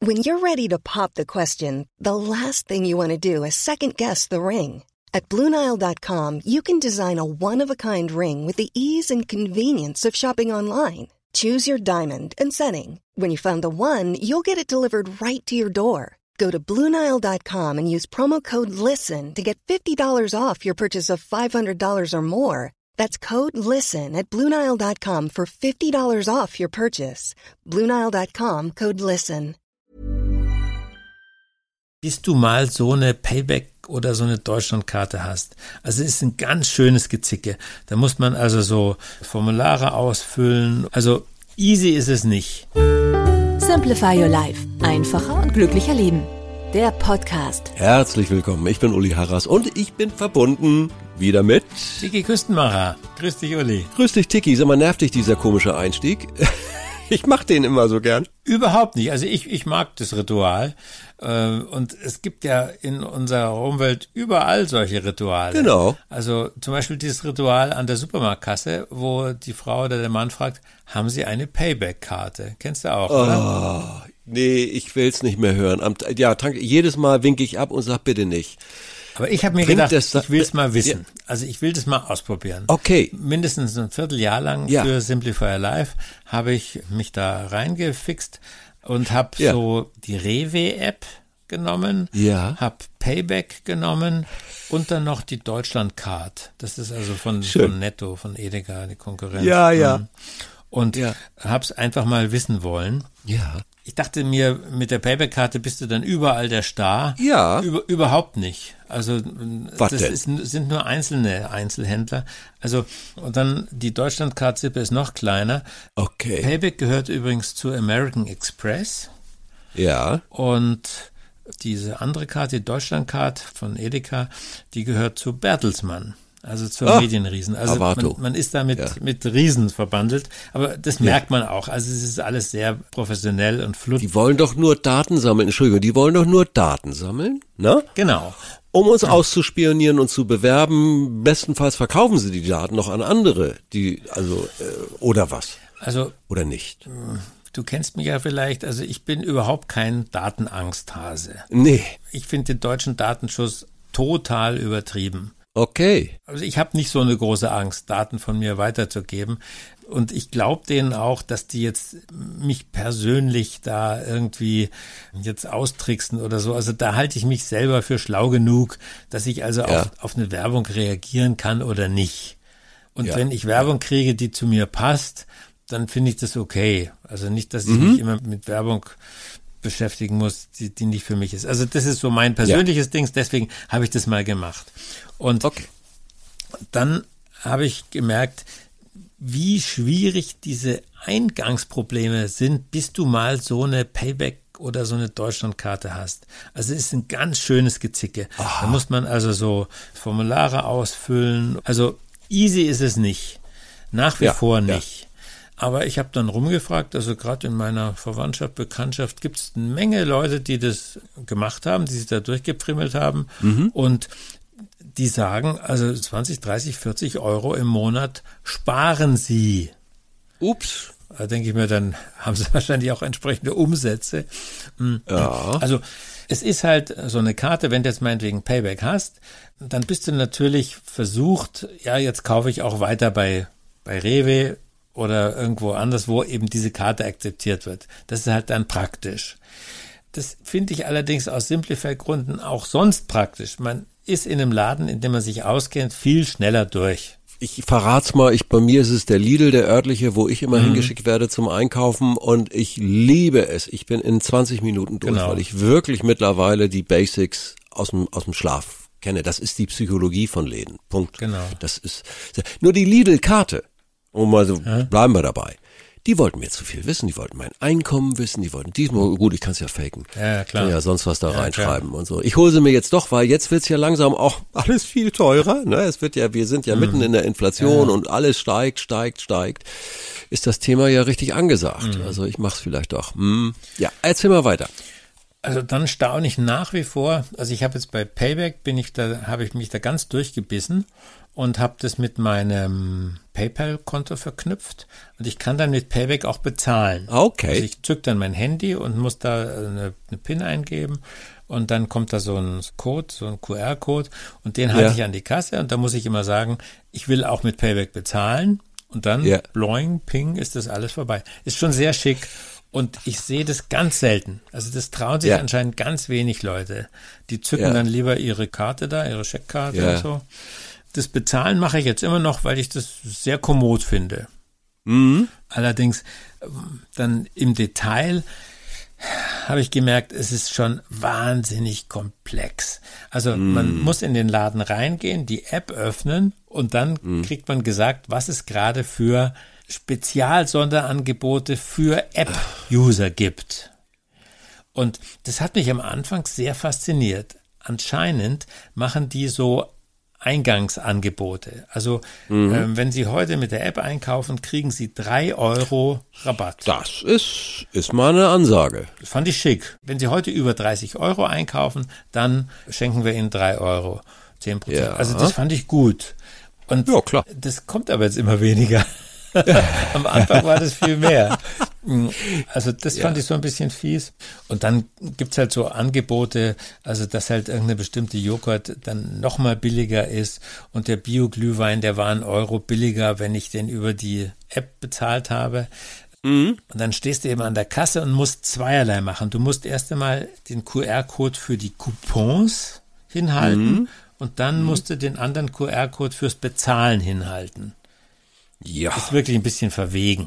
When you're ready to pop the question, the last thing you want to do is second-guess the ring. At BlueNile.com, you can design a one-of-a-kind ring with the ease and convenience of shopping online. Choose your diamond and setting. When you find the one, you'll get it delivered right to your door. Go to BlueNile.com and use promo code LISTEN to get $50 off your purchase of $500 or more. That's code LISTEN at BlueNile.com for $50 off your purchase. BlueNile.com, code LISTEN. Bis du mal so eine Payback oder so eine Deutschlandkarte hast. Also es ist ein ganz schönes Gezicke. Da muss man also so Formulare ausfüllen. Also easy ist es nicht. Simplify your life. Einfacher und glücklicher leben. Der Podcast. Herzlich willkommen, ich bin Uli Harras und ich bin verbunden wieder mit Tiki Küstenmacher. Grüß dich, Uli. Grüß dich, Tiki. Sag mal, nervt dich dieser komische Einstieg? Ich mach den immer so gern. Überhaupt nicht. Also ich mag das Ritual. Und es gibt ja in unserer Umwelt überall solche Rituale. Genau. Also zum Beispiel dieses Ritual an der Supermarktkasse, wo die Frau oder der Mann fragt, haben Sie eine Payback-Karte? Kennst du auch, oder? Nee, ich will's nicht mehr hören. Ja, jedes Mal winke ich ab und sag bitte nicht. Aber ich habe mir gedacht, ich will es mal wissen. Also ich will das mal ausprobieren. Okay. Mindestens ein Vierteljahr lang für Simplify Your Life habe ich mich da reingefixt und habe so die Rewe-App genommen, habe Payback genommen und dann noch die Deutschland-Card. Das ist also von Netto, von Edeka, die Konkurrenz. Ja. Und habe es einfach mal wissen wollen. Ja. Ich dachte mir, mit der Payback-Karte bist du dann überall der Star. Ja. Überhaupt nicht. Also was sind nur einzelne Einzelhändler. Also und dann die Deutschland-Card-Sippe ist noch kleiner. Okay. Payback gehört übrigens zu American Express. Ja. Und diese andere Karte, die Deutschland-Card von Edeka, die gehört zu Bertelsmann. Also zur Medienriesen. Also man ist da mit Riesen verbandelt, aber das merkt man auch. Also es ist alles sehr professionell und flott. Die wollen doch nur Daten sammeln, Entschuldigung, die wollen doch nur Daten sammeln, ne? Genau. Um uns auszuspionieren und zu bewerben, bestenfalls verkaufen sie die Daten noch an andere, oder was? Also. Oder nicht? Du kennst mich ja vielleicht, also ich bin überhaupt kein Datenangsthase. Nee. Ich finde den deutschen Datenschutz total übertrieben. Okay. Also ich habe nicht so eine große Angst, Daten von mir weiterzugeben. Und ich glaube denen auch, dass die jetzt mich persönlich da irgendwie jetzt austricksen oder so. Also da halte ich mich selber für schlau genug, dass ich also auf eine Werbung reagieren kann oder nicht. Und wenn ich Werbung kriege, die zu mir passt, dann finde ich das okay. Also nicht, dass ich mich immer mit Werbung beschäftigen muss, die nicht für mich ist. Also das ist so mein persönliches Ding, deswegen habe ich das mal gemacht. Und dann habe ich gemerkt, wie schwierig diese Eingangsprobleme sind, bis du mal so eine Payback oder so eine Deutschlandkarte hast. Also es ist ein ganz schönes Gezicke. Da muss man also so Formulare ausfüllen. Also easy ist es nicht. Nach wie vor nicht. Aber ich habe dann rumgefragt, also gerade in meiner Verwandtschaft, Bekanntschaft gibt es eine Menge Leute, die das gemacht haben, die sich da durchgeprimmelt haben und die sagen, also 20, 30, 40 Euro im Monat sparen sie. Ups. Da denke ich mir, dann haben sie wahrscheinlich auch entsprechende Umsätze. Ja. Also es ist halt so eine Karte, wenn du jetzt meinetwegen Payback hast, dann bist du natürlich versucht, jetzt kaufe ich auch weiter bei Rewe oder irgendwo anders, wo eben diese Karte akzeptiert wird. Das ist halt dann praktisch. Das finde ich allerdings aus Simplify-Gründen auch sonst praktisch. Man ist in einem Laden, in dem man sich auskennt, viel schneller durch. Ich verrat's mal, bei mir ist es der Lidl, der örtliche, wo ich immer hingeschickt werde zum Einkaufen und ich liebe es. Ich bin in 20 Minuten durch, weil ich wirklich mittlerweile die Basics aus dem Schlaf kenne. Das ist die Psychologie von Läden. Punkt. Genau. Das ist nur die Lidl-Karte. Bleiben wir dabei. Die wollten mir zu viel wissen, die wollten mein Einkommen wissen, die wollten diesmal, gut, ich kann es ja faken. Ja, klar. Kann ja sonst was da reinschreiben und so. Ich hole sie mir jetzt doch, weil jetzt wird's ja langsam auch alles viel teurer, ne? Wir sind ja mitten in der Inflation und alles steigt. Ist das Thema ja richtig angesagt. Also ich mach's vielleicht doch. Ja, erzähl mal weiter. Also dann staune ich nach wie vor, also ich habe jetzt bei Payback, habe ich mich da ganz durchgebissen und habe das mit meinem PayPal-Konto verknüpft und ich kann dann mit Payback auch bezahlen. Okay. Also ich zück dann mein Handy und muss da eine PIN eingeben und dann kommt da so ein Code, so ein QR-Code und den halte ich an die Kasse und da muss ich immer sagen, ich will auch mit Payback bezahlen und dann bloing, ping, ist das alles vorbei. Ist schon sehr schick. Und ich sehe das ganz selten. Also das trauen sich anscheinend ganz wenig Leute. Die zücken dann lieber ihre Karte da, ihre Scheckkarte und so. Das Bezahlen mache ich jetzt immer noch, weil ich das sehr kommod finde. Mhm. Allerdings dann im Detail habe ich gemerkt, es ist schon wahnsinnig komplex. Also man muss in den Laden reingehen, die App öffnen und dann kriegt man gesagt, was es gerade für Spezialsonderangebote für App-User gibt. Und das hat mich am Anfang sehr fasziniert. Anscheinend machen die so Eingangsangebote. Also wenn Sie heute mit der App einkaufen, kriegen Sie 3 Euro Rabatt. Das ist mal eine Ansage. Das fand ich schick. Wenn Sie heute über 30 Euro einkaufen, dann schenken wir Ihnen 3 Euro, 10%. Ja. Also das fand ich gut. Und klar. Das kommt aber jetzt immer weniger. Am Anfang war das viel mehr. Also das fand ich so ein bisschen fies. Und dann gibt's halt so Angebote, also dass halt irgendeine bestimmte Joghurt dann nochmal billiger ist und der Bio-Glühwein, der war 1 Euro billiger, wenn ich den über die App bezahlt habe. Und dann stehst du eben an der Kasse und musst zweierlei machen. Du musst erst einmal den QR-Code für die Coupons hinhalten und dann musst du den anderen QR-Code fürs Bezahlen hinhalten. Ja. Ist wirklich ein bisschen verwegen.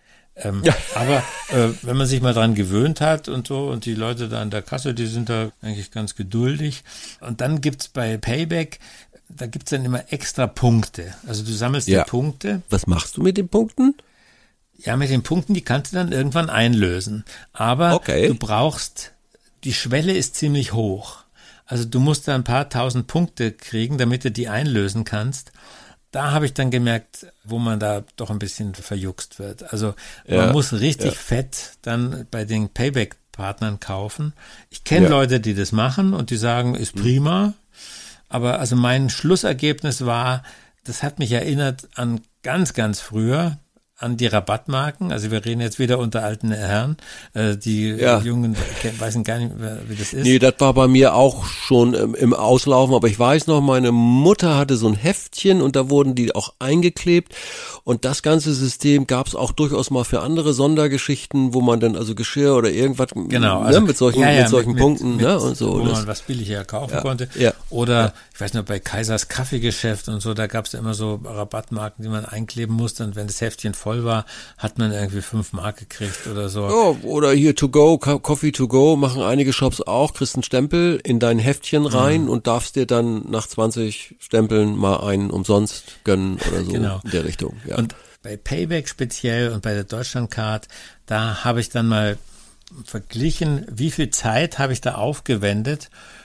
Aber wenn man sich mal dran gewöhnt hat und so und die Leute da an der Kasse, die sind da eigentlich ganz geduldig. Und dann gibt's bei Payback, da gibt's dann immer extra Punkte. Also du sammelst die Punkte. Was machst du mit den Punkten? Ja, mit den Punkten, die kannst du dann irgendwann einlösen. Aber du brauchst, die Schwelle ist ziemlich hoch. Also du musst da ein paar tausend Punkte kriegen, damit du die einlösen kannst. Da habe ich dann gemerkt, wo man da doch ein bisschen verjuckst wird. Also man muss richtig fett dann bei den Payback-Partnern kaufen. Ich kenne Leute, die das machen und die sagen, ist prima. Aber also mein Schlussergebnis war, das hat mich erinnert an ganz, ganz früher, an die Rabattmarken. Also wir reden jetzt wieder unter alten Herren. Die Jungen wissen gar nicht, wie das ist. Nee, das war bei mir auch schon im Auslaufen. Aber ich weiß noch, meine Mutter hatte so ein Heftchen und da wurden die auch eingeklebt. Und das ganze System gab es auch durchaus mal für andere Sondergeschichten, wo man dann also Geschirr oder irgendwas also, mit solchen Punkten und so. Wo man was billiger kaufen konnte. Ja. Oder ich weiß noch, bei Kaisers Kaffeegeschäft und so, da gab es ja immer so Rabattmarken, die man einkleben musste. Und wenn das Heftchen voll war, hat man irgendwie 5 Mark gekriegt oder so. Oh, oder hier To Go, Coffee To Go machen einige Shops auch, kriegst einen Stempel in dein Heftchen rein und darfst dir dann nach 20 Stempeln mal einen umsonst gönnen oder so in der Richtung. Ja. Und bei Payback speziell und bei der Deutschlandcard, da habe ich dann mal verglichen, wie viel Zeit habe ich da aufgewendet,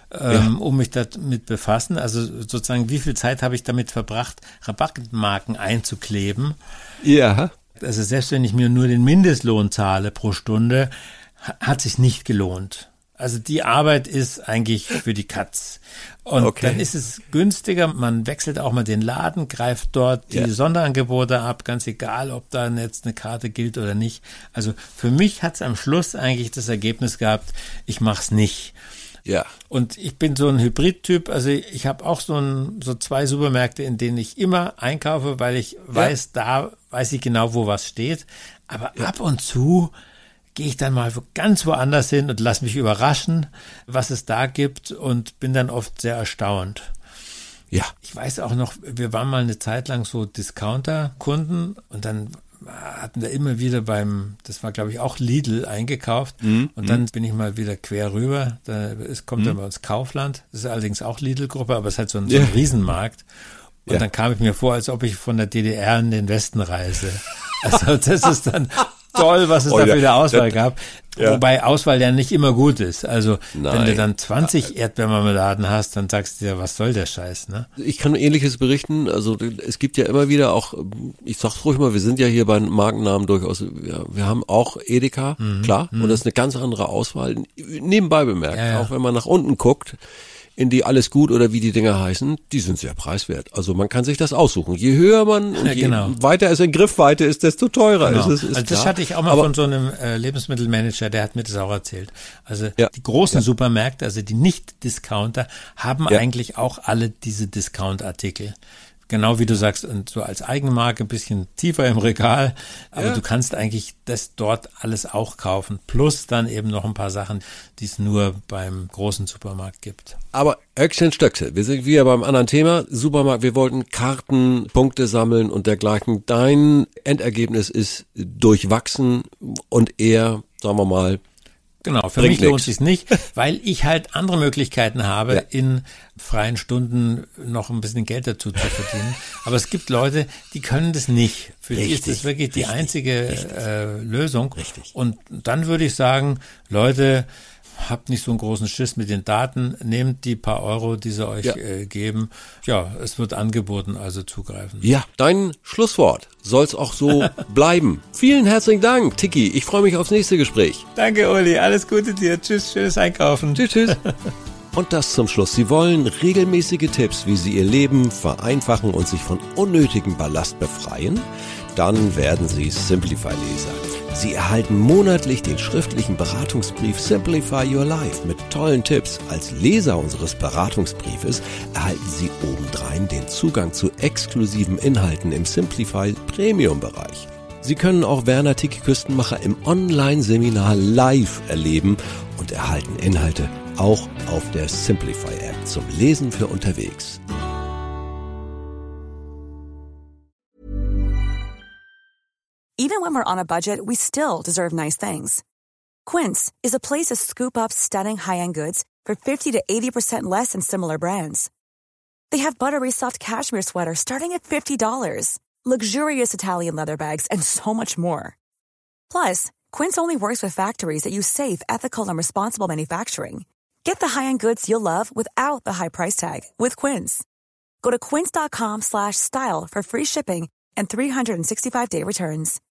um mich damit befassen. Also sozusagen, wie viel Zeit habe ich damit verbracht, Rabattmarken einzukleben. Ja. Also selbst wenn ich mir nur den Mindestlohn zahle pro Stunde, hat sich nicht gelohnt. Also die Arbeit ist eigentlich für die Katz. Und dann ist es günstiger, man wechselt auch mal den Laden, greift dort die Sonderangebote ab, ganz egal, ob da jetzt eine Karte gilt oder nicht. Also für mich hat es am Schluss eigentlich das Ergebnis gehabt, ich mach's nicht. Ja. Und ich bin so ein Hybrid-Typ, also ich habe auch so 2 Supermärkte, in denen ich immer einkaufe, weil ich weiß, da weiß ich genau, wo was steht. Aber ab und zu gehe ich dann mal ganz woanders hin und lasse mich überraschen, was es da gibt und bin dann oft sehr erstaunt. Ja. Ich weiß auch noch, wir waren mal eine Zeit lang so Discounter-Kunden und dann hatten wir immer wieder das war glaube ich auch Lidl eingekauft und dann bin ich mal wieder quer rüber, kommt dann bei uns Kaufland, das ist allerdings auch Lidl-Gruppe, aber es ist halt so ein Riesenmarkt und dann kam ich mir vor, als ob ich von der DDR in den Westen reise. Also das ist dann toll, was es da für eine Auswahl gab. Ja. Wobei Auswahl ja nicht immer gut ist. Also Nein. wenn du dann 20 Erdbeermarmeladen hast, dann sagst du dir, was soll der Scheiß, ne? Ich kann Ähnliches berichten. Also es gibt ja immer wieder auch, ich sag's ruhig mal, wir sind ja hier bei Markennamen durchaus, wir haben auch Edeka, klar, und das ist eine ganz andere Auswahl. Nebenbei bemerkt, auch wenn man nach unten guckt, in die Alles gut oder wie die Dinger heißen, die sind sehr preiswert. Also man kann sich das aussuchen. Je höher man und je weiter es in Griffweite ist, desto teurer ist es. Also das hatte ich auch mal von so einem Lebensmittelmanager, der hat mir das auch erzählt. Also die großen Supermärkte, also die Nicht-Discounter, haben eigentlich auch alle diese Discount-Artikel. Genau wie du sagst, und so als Eigenmarke ein bisschen tiefer im Regal, aber du kannst eigentlich das dort alles auch kaufen, plus dann eben noch ein paar Sachen, die es nur beim großen Supermarkt gibt. Aber Höckchen Stöckchen, wir sind wieder beim anderen Thema, Supermarkt, wir wollten Karten, Punkte sammeln und dergleichen. Dein Endergebnis ist durchwachsen und eher, sagen wir mal, genau, für mich lohnt es sich nicht, weil ich halt andere Möglichkeiten habe, in freien Stunden noch ein bisschen Geld dazu zu verdienen. Aber es gibt Leute, die können das nicht. Für die ist das wirklich die einzige Lösung. Richtig. Und dann würde ich sagen, Leute, habt nicht so einen großen Schiss mit den Daten, nehmt die paar Euro, die sie euch geben. Ja, es wird angeboten, also zugreifen. Ja, dein Schlusswort soll's auch so bleiben. Vielen herzlichen Dank, Tiki. Ich freue mich aufs nächste Gespräch. Danke, Uli. Alles Gute dir. Tschüss, schönes Einkaufen. Tschüss, tschüss. Und das zum Schluss. Sie wollen regelmäßige Tipps, wie Sie Ihr Leben vereinfachen und sich von unnötigem Ballast befreien? Dann werden Sie Simplify-Leser. Sie erhalten monatlich den schriftlichen Beratungsbrief Simplify Your Life mit tollen Tipps. Als Leser unseres Beratungsbriefes erhalten Sie obendrein den Zugang zu exklusiven Inhalten im Simplify Premium-Bereich. Sie können auch Werner Tiki Küstenmacher im Online-Seminar live erleben und erhalten Inhalte auch auf der Simplify-App zum Lesen für unterwegs. Even when we're on a budget, we still deserve nice things. Quince is a place to scoop up stunning high-end goods for 50 to 80% less than similar brands. They have buttery soft cashmere sweaters starting at $50, luxurious Italian leather bags, and so much more. Plus, Quince only works with factories that use safe, ethical, and responsible manufacturing. Get the high-end goods you'll love without the high price tag with Quince. Go to quince.com/style for free shipping and 365-day returns.